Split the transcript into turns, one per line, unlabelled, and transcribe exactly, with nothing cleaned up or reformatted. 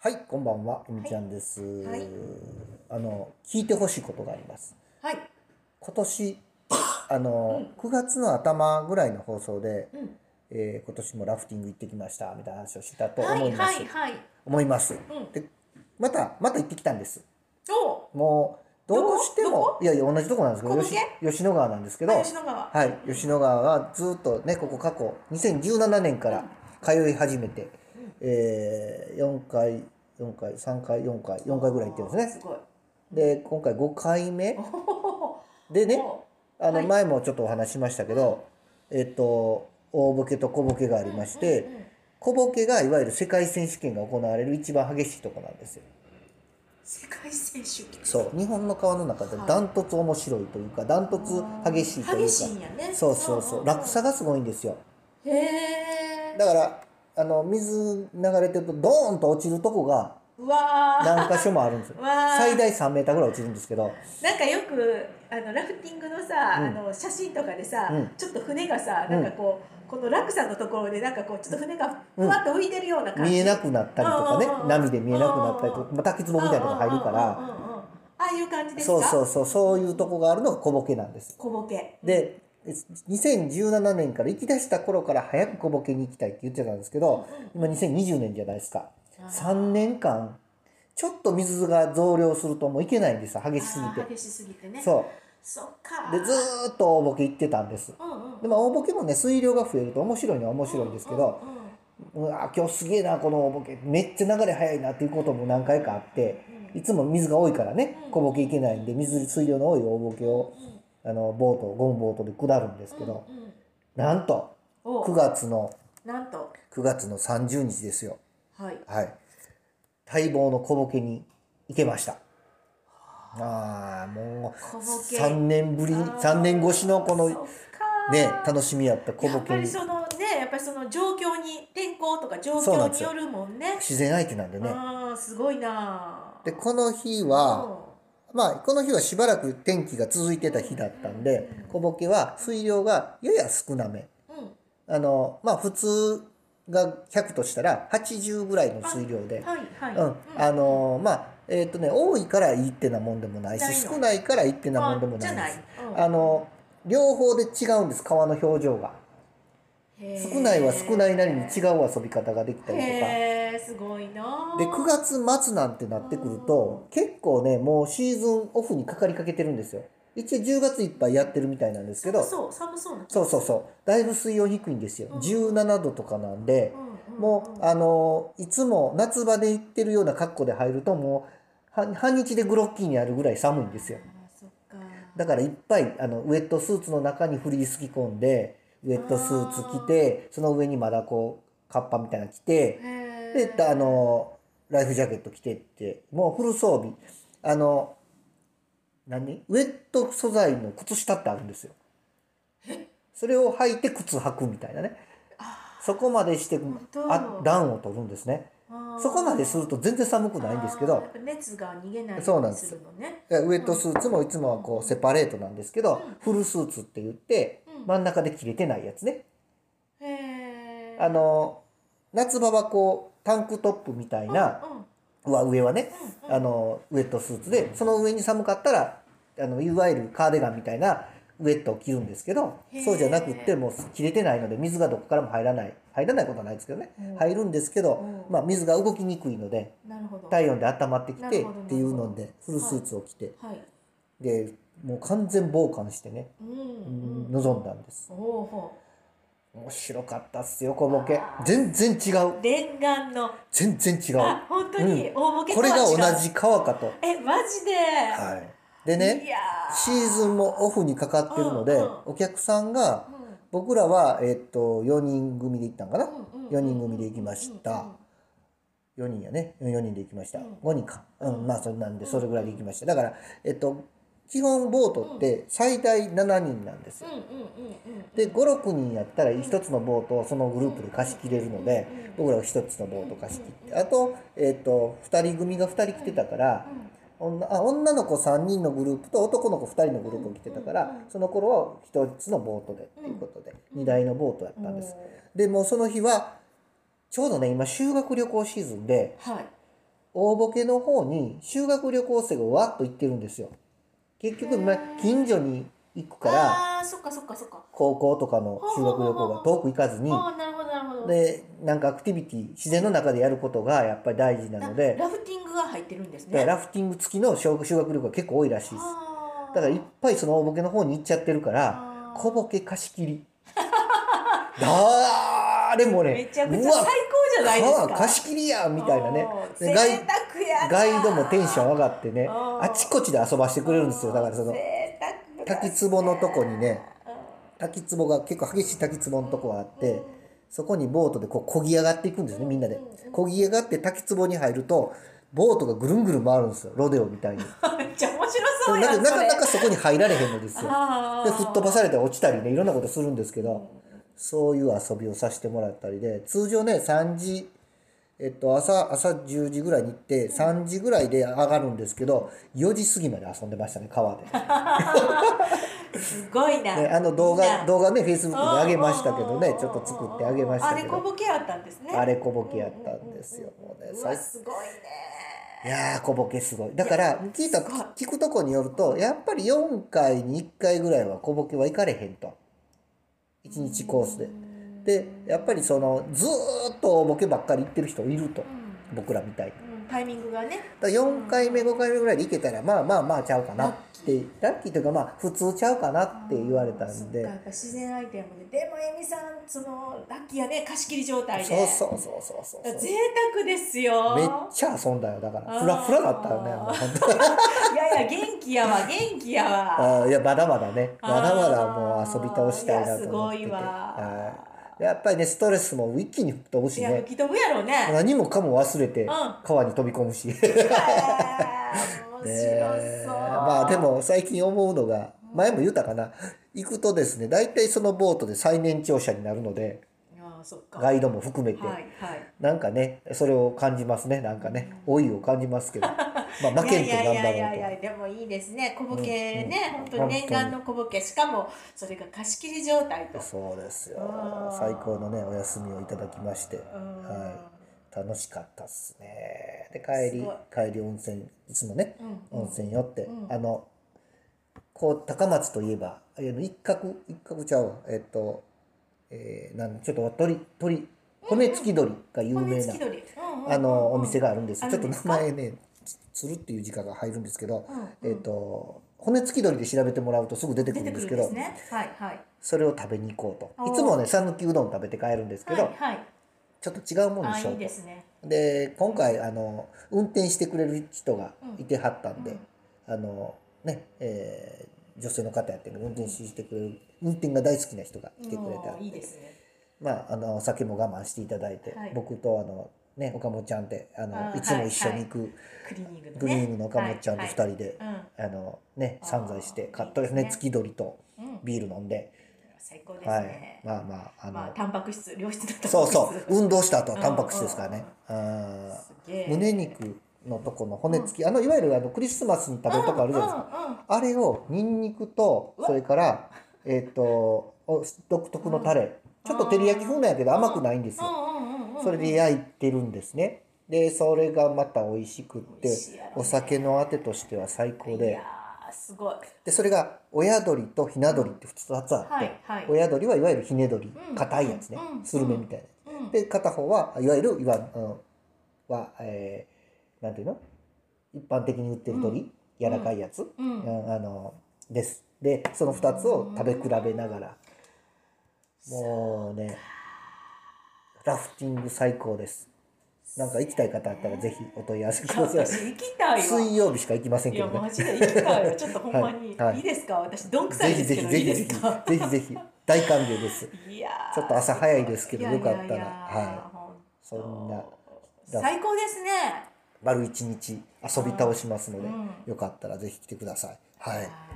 はい、こんばんは、えみちゃんです。はい、あの、聞いてほしいことがあります。
はい。
今年、あの、うん、くがつの頭ぐらいの放送で、うん、えー、今年もラフティング行ってきましたみたいな話をしたと思います。はい、はい、はい。思います。うん、で、また、また行ってきたんです。おもう、どうしても、いやいや、同じとこなんですけど、吉吉野川なんですけど、吉野川。はい、吉野川はずっとね、ここ過去、にせんじゅうななねんから通い始めて、うん、えー、よんかい、よんかい、さんかい、よんかい、よんかいぐらい行ってるんですね。すごい。で、今回ごかいめでね、あの、前もちょっとお話ししましたけど、えっと、大ボケと小ボケがありまして、小ボケがいわゆる世界選手権が行われる一番激しいとこなんですよ。
世界選手権。
そう、日本の川の中でダントツ面白いというか、ダントツ激しいというか、激しいんやね。そうそうそう、落差がすごいんですよ。へえ。だから、あの、水流れてるとドーンと落ちるとこが何箇所もあるんですよ。最大さんメーターぐらい落ちるんですけど、
なんかよくあのラフティングのさ、うん、あの写真とかでさ、うん、ちょっと船がさ、なんかこう、この落差のところでなんかこうちょっと船がふわっと浮いてるような感じ、
うん、見えなくなったりとかね、波で見えなくなったりとか、まあ、滝壺みたいなのが入るから、
ああいう感じですか。
そうそうそう、そういうとこがあるのが小ボケなんです。
小ボケ
で、にせんじゅうななねんから行き出した頃から早く小ボケに行きたいって言ってたんですけど、今にせんにじゅうねんじゃないですか。さんねんかんちょっと水が増量するともういけないんですよ、激しすぎて。
激しすぎてね。
そう。
そっか。
で、ずーっと大ボケ行ってたんです。うんうん、でも大ボケもね、水量が増えると面白いのは面白いんですけど、うんうんうん、うわ今日すげえな、この大ボケ。めっちゃ流れ速いなっていうことも何回かあって、いつも水が多いからね、小ボケ行けないんで、水、水量の多い大ボケを、あの、ボート、ゴムボートで下るんですけど、うんうん、なんと、くがつの、
なんと、
くがつのさんじゅうにちですよ。はい。はい。待望の小ボケに行けました。ああ、もう、さんねんぶり、さんねん越しのこの、ね、楽しみやった小ボケに。
やっぱりそのね、やっぱりその状況に、天候とか状況によるもんね。
自然相手なんでね。
ああ、すごいな。
で、この日は、まあ、この日はしばらく天気が続いてた日だったんで、小ボケは水量がやや少なめ。あの、まあ、普通がひゃくとしたらはちじゅうぐらいの水量で、うん、あの、まあ、えっとね、多いからいいってなもんでもないし、少ないからいいってなもんでもないです。あの、両方で違うんです、川の表情が。少ないは少ないなりに違う遊び方ができたりとか。
へー、すごいな。
で、くがつまつなんてなってくると、結構ね、もうシーズンオフにかかりかけてるんですよ。一応じゅうがついっぱいやってるみたいなんですけど、
そう、寒そうな。
そうそうそう。だいぶ水温低いんですよ。じゅうななどとかなんで、もう、あの、いつも夏場で行ってるような格好で入ると、もう、半日でグロッキーにあるぐらい寒いんですよ。だからいっぱい、あの、ウェットスーツの中にフリース着込んで、ウェットスーツ着て、その上にまだこう、カッパみたいなの着て、で、あの、ライフジャケット着てって、もうフル装備。あの、何ウェット素材の靴下ってあるんですよ。それを履いて靴履くみたいなね。そこまでしてあ暖を取るんですね。そこまですると全然寒くないんですけど、
熱が逃げないよ
うにするのね。ウェットスーツもいつもはこうセパレートなんですけど、フルスーツって言って真ん中で切れてないやつね。あの夏場はこうタンクトップみたいな、上はね、あのウェットスーツで、その上に寒かったらあのいわゆるカーディガンみたいなウェットを着るんですけど、そうじゃなくってもう切れてないので水がどこからも入らない入らないことはないですけどね、入るんですけど、まあ、水が動きにくいので体温で温まってきてっていうのでフルスーツを着て、でもう完全防寒してね、臨んだんです。面白かったっすよ、小ボケ。全然違う。
念願の。
全然違う。
あ、本当に、うん、大ボケ
とは違う。これが同じ川かと。
え、マジで。
はい。でね、シーズンもオフにかかってるので、うんうん、お客さんが、うん、僕らは、えっと、よにん組で行ったんかな、うんうん、よにん組で行きました。よにんやね。よにんで行きました。うん、ごにんか。うん、まあ、それなんで、それぐらいで行きました。だから、えっと、基本ボートって最大しちにんなんですよ。でご、ろくにんやったらひとつのボートをそのグループで貸し切れるので、僕らはひとつのボート貸し切って、あと、えっと、ふたり組がふたり来てたから、女あ女の子さんにんのグループと男の子ふたりのグループが来てたから、その頃はひとつのボートでっていうことで、にだいのボートやったんです。でもうその日はちょうどね今修学旅行シーズンで、はい、 大ボケの方に修学旅行生がわっと行ってるんですよ。結局、まあ、近所に行くから
あーそっかそっかそっか
高校とかの修学旅行が遠く行かずに
あーなるほどなるほど
でなんかアクティビティ自然の中でやることがやっぱり大事なので
ラフティングが入ってるんですね。
だからラフティング付きの修学旅行が結構多いらしいです。だからいっぱいその大ボケの方に行っちゃってるから小ボケ貸し切り誰もね
めちゃくちゃ最高じゃないですか。
貸し切りやんみたいなね
贅沢やな。
ガイドもテンション上がってねあちこちで遊ばしてくれるんですよ。だからその滝壺のとこにね滝壺が結構激しい滝壺のとこがあってそこにボートでこう漕ぎ上がっていくんですねみんなで漕ぎ上がって滝壺に入るとボートがぐるんぐるん回るんですよロデオみたいに
めっちゃ面白そうやん
なかなかそこに入られへんのですよで吹っ飛ばされたり落ちたりねいろんなことするんですけどそういう遊びをさせてもらったりで通常ねさんじえっと朝朝じゅうじぐらいに行ってさんじぐらいで上がるんですけどよじ過ぎまで遊んでましたね川で。
すごいな、
ね、あの動画動画ねフェイスブックに上げましたけどねちょっと作ってあげましたけど
あれ小ボケやったんですね。
あれ小ボケやったんですよもうね
うわすごいね。
いやー小ボケすごいだから聞いた聞くとこによるとやっぱりよんかいにいっかいぐらいは小ボケは行かれへんといちにちコースででやっぱりそのずーっとボケばっかり行ってる人いると、うん、僕らみたいに、
うん、タイミングがねだ
からよんかいめごかいめぐらいで行けたらまあまあまあちゃうかなってラッキーというかまあ普通ちゃうかなって言われたんで
やっぱ自然アイテムででもエミさんそのラッキーやね貸し切り状態で
そうそうそうそうそう
贅沢ですよ
めっちゃ遊んだよだからフラフラだったよねもう本当
いやいや元気やわ元気やわ
あいやまだまだねまだまだもう遊び倒したいなと思ってて
いやすごいわ、
はい、やっぱりねストレスも一気に吹っ飛ぶしね
いや吹き飛ぶやろうね
何もかも忘れて川に飛び込むし、うん、面白
そう
まあでも最近思うのが前も言ったかな行くとですね大体そのボートで最年長者になるのでガイドも含めて、はいはい、なんかねそれを感じますねなんかね老いを感じますけど、まあ、負けんと頑張ろうと。いやいやいやいや
でもいいですね小ボケね、うんうん、本当に念願の小ボケしかもそれが貸し切り状態と
そうですよ最高のねお休みをいただきまして、はい、楽しかったっすねで帰り帰り温泉いつもね、うん、温泉寄って、うん、あのこう高松といえば一角一角ちゃうわえっとえー、なんちょっと鳥鳥骨付き鳥が有名な、うんうん、あのお店があるんですよちょっと名前ねつるっていう字が入るんですけど、うんうん、えっと骨付き鳥で調べてもらうとすぐ出てくるんですけど、
ねはいはい、
それを食べに行こうといつもね讃岐うどん食べて帰るんですけど、はいはい、ちょっと違うものにしようと。
いいですね、
で今回あの運転してくれる人がいてはったんで、うん、あのねえー女性の方やってる運転してくれる運転が大好きな人が来てくれたんで、いいですね、まああのお酒も我慢していただいて、はい、僕とあのね岡本ちゃんってあのあいつも一緒に行く、はいはい、
クリーニングの、ね、
クリーニングの岡本ちゃんとふたりで、はいはい、あのね散財して買った骨付き鳥とビール飲んで、
うん、最高ですね、
はい、まあまああの、
まあ、タンパク質良質なタンパク質
そうそう運動した後はタンパク質ですからね、うんうん、あ胸肉のとこの骨付き、うん、あのいわゆるあのクリスマスに食べるとこあるじゃないですか、うんうんうん、あれをニンニクとそれからえっ、ー、と独特のタレ、うん、ちょっと照り焼き風なんやけど甘くないんですよ、それで焼いてるんですねでそれがまた美味しくってお酒のあてとしては最高で、いや
すごい
でそれが親鳥とひな鳥ってふたつあって、はいはい、親鳥はいわゆるひね鳥硬いやつね、うん、スルメみたいな、うん、で片方はいわゆるいわ、うん、は、えーなんていうの一般的に売ってる鳥、うん、柔らかいやつ、うんうん、あのですでそのふたつを食べ比べながらもうねラフティング最高です。なんか行きたい方あったらぜひお問い合わせください。
行きたいわ。
水曜日しか行きませんけどね。
いやマジで行きたいわ。ちょっとほんまに、はいはい、いいですか。私どんくさいですけどいいですか。
ぜひぜひぜひ大歓迎です。いやちょっと朝早いですけどよかったらはいそんな
最高ですね。
丸一日遊び倒しますので、うん、よかったらぜひ来てください。はい。